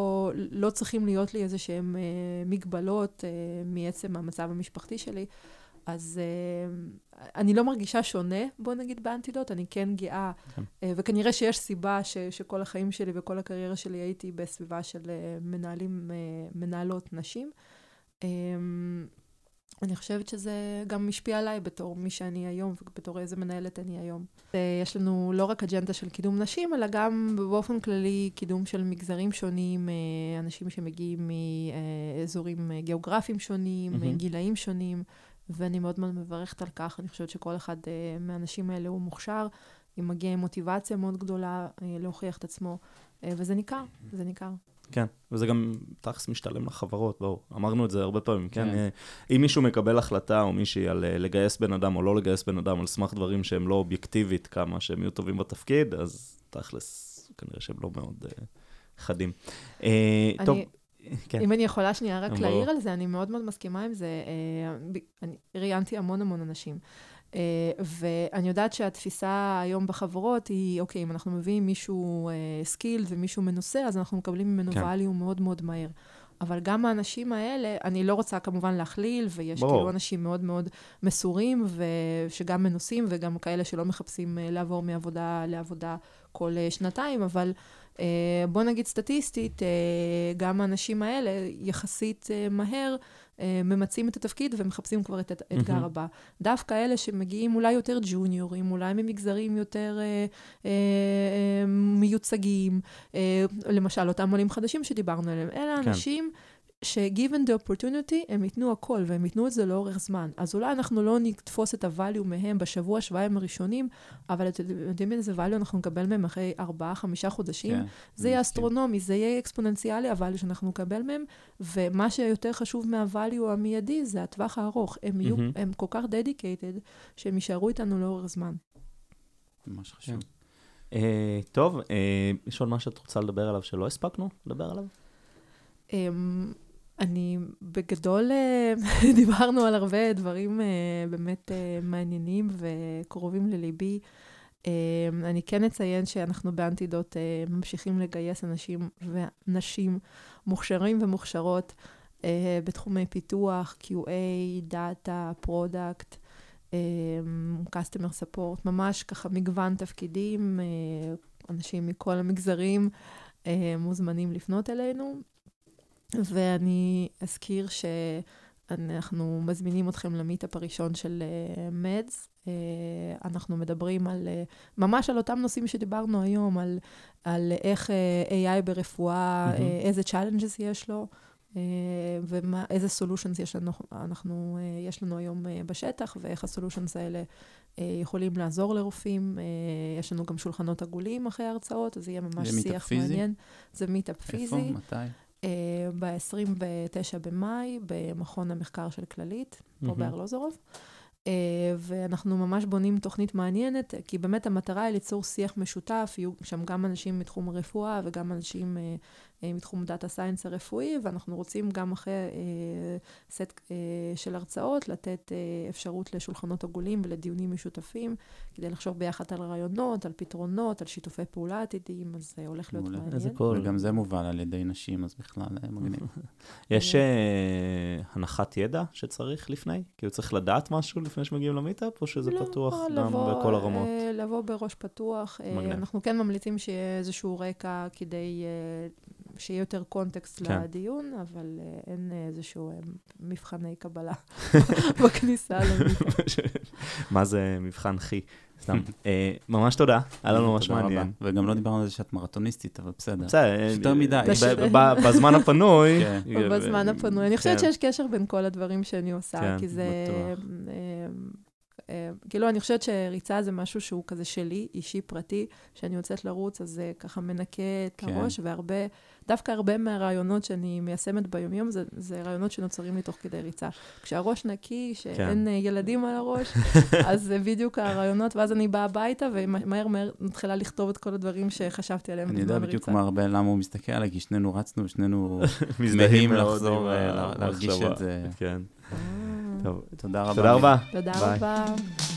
ולא צריכים להיות לי איזה שהן מגבלות מעצם המצב המשפחתי שלי. אז אני לא מרגישה שונה, בוא נגיד, באנטידוט, אני כן גאה, וכנראה שיש סיבה שכל החיים שלי וכל הקריירה שלי הייתי בסביבה של מנהלות נשים. אני חושבת שזה גם משפיע עליי בתור מי שאני היום, ובתור איזה מנהלת אני היום. יש לנו לא רק אג'נדה של קידום נשים, אלא גם באופן כללי קידום של מגזרים שונים, אנשים שמגיעים מאזורים גיאוגרפיים שונים, גילאים שונים, ואני מאוד מאוד מברכת על כך. אני חושבת שכל אחד מהאנשים האלה הוא מוכשר, הוא מגיע עם מוטיבציה מאוד גדולה להוכיח את עצמו, וזה ניכר, זה ניכר. כן, וזה גם תכלס משתלם לחברות, בואו, אמרנו את זה הרבה פעמים, כן? אם מישהו מקבל החלטה או מישהי על לגייס בן אדם או לא לגייס בן אדם, על סמך דברים שהם לא אובייקטיבית כמה שהם יהיו טובים בתפקיד, אז תכלס כנראה שהם לא מאוד חדים. טוב, אם אני יכולה שנייה רק להעיר על זה, אני מאוד מאוד מסכימה עם זה, אני ראיינתי המון אנשים. ואני יודעת שהתפיסה היום בחברות היא, אוקיי, אם אנחנו מביאים מישהו סקילד ומישהו מנוסה, אז אנחנו מקבלים ממנו value מאוד מאוד מהר. אבל גם האנשים האלה, אני לא רוצה כמובן להכליל, ויש כאילו אנשים מאוד מאוד מסורים, ושגם מנוסים, וגם כאלה שלא מחפשים לעבור מעבודה לעבודה כל שנתיים, אבל בוא נגיד סטטיסטית, גם האנשים האלה יחסית מהר, ממצים את התפקיד ומחפשים כבר את האתגר הבא. דווקא אלה שמגיעים אולי יותר ג'וניורים, אולי ממגזרים יותר מיוצגים, למשל אותם עולים חדשים שדיברנו עליהם, אלה אנשים ש-given the opportunity, הם ייתנו הכל, והם ייתנו את זה לאורך זמן. אז אולי אנחנו לא נתפוס את ה-value מהם בשבוע, שבועיים הראשונים, אבל אתם יודעים איזה value אנחנו נקבל מהם אחרי 4-5 חודשים. זה יהיה אסטרונומי, זה יהיה אקספוננציאלי, ה-value שאנחנו נקבל מהם, ומה שיותר חשוב מה-value המיידי, זה הטווח הארוך. הם כל כך dedicated, שהם יישארו איתנו לאורך זמן. ממש חשוב. טוב, יש עוד מה שאת רוצה לדבר עליו שלא הספקנו לדבר עליו? אני בגדול דיברנו על הרבה דברים באמת מעניינים וקרובים לליבי. אני כן אציין שאנחנו באנטידוט ממשיכים לגייס אנשים ונשים מוכשרים ומוכשרות בתחומי פיתוח, QA, דאטה, פרודקט, customer support, ממש ככה מגוון תפקידים, אנשים מכל המגזרים מוזמנים לפנות אלינו. ואני אזכיר שאנחנו מזמינים אתכם למיטאפ הראשון של מדס. אנחנו מדברים ממש על אותם נושאים שדיברנו היום, על איך AI ברפואה, איזה challenges יש לו, ואיזה solutions יש לנו היום בשטח, ואיך ה-solutions האלה יכולים לעזור לרופאים. יש לנו גם שולחנות עגולים אחרי ההרצאות, אז זה יהיה ממש שיח מעניין. זה מיטאפ פיזי. איפה? מתי? ב-29 במאי, במכון המחקר של כללית, פה בארלוזורוב. ואנחנו ממש בונים תוכנית מעניינת, כי באמת המטרה היא ליצור שיח משותף, יהיו שם גם אנשים מתחום הרפואה, וגם אנשים מתחום דאטה סיינס הרפואי, ואנחנו רוצים גם אחרי סט של הרצאות, לתת אפשרות לשולחנות עגולים ולדיונים משותפים, כדי לחשוב ביחד על רעיונות, על פתרונות, על שיתופי פעולה עתידיים, אז זה הולך להיות מעניין. וגם זה מובל על ידי נשים, אז בכלל מגניב. יש הנחת ידע שצריך לפני? כאילו צריך לדעת משהו לפני שמגיעים למיטאפ, או שזה פתוח גם בכל הרמות? לבוא בראש פתוח. אנחנו כן ממליצים שיהיה איזשהו רקע כדי שיהיה יותר קונטקסט לדיון, אבל אין איזשהו מבחני קבלה בכניסה למיטאפ. מה זה מבחן חי? סתם. ממש תודה, היה לנו ממש מעניין. וגם לא דיברנו על זה שאת מרתוניסטית, אבל בסדר. בסדר. יותר מדי. בזמן הפנוי. בזמן הפנוי. אני חושבת שיש קשר בין כל הדברים שאני עושה, כי זה כאילו, אני חושבת שריצה זה משהו שהוא כזה שלי, אישי, פרטי, שאני יוצאת לרוץ, אז זה ככה מנקה את הראש, דווקא הרבה מהרעיונות שאני מיישמת ביומיום, זה רעיונות שנוצרים לי תוך כדי ריצה. כשהראש נקי, שאין ילדים על הראש, אז זה בדיוק הרעיונות, ואז אני באה הביתה, ומהר מתחילה לכתוב את כל הדברים שחשבתי עליהם בזמן ריצה. אני יודע בדיוק מה הרבה למה הוא מסתכל עליי, כי שנינו רצנו, ושנינו מזדהים לחזור, להרגיש את זה. כן. טוב, תודה רבה. תודה רבה. תודה רבה.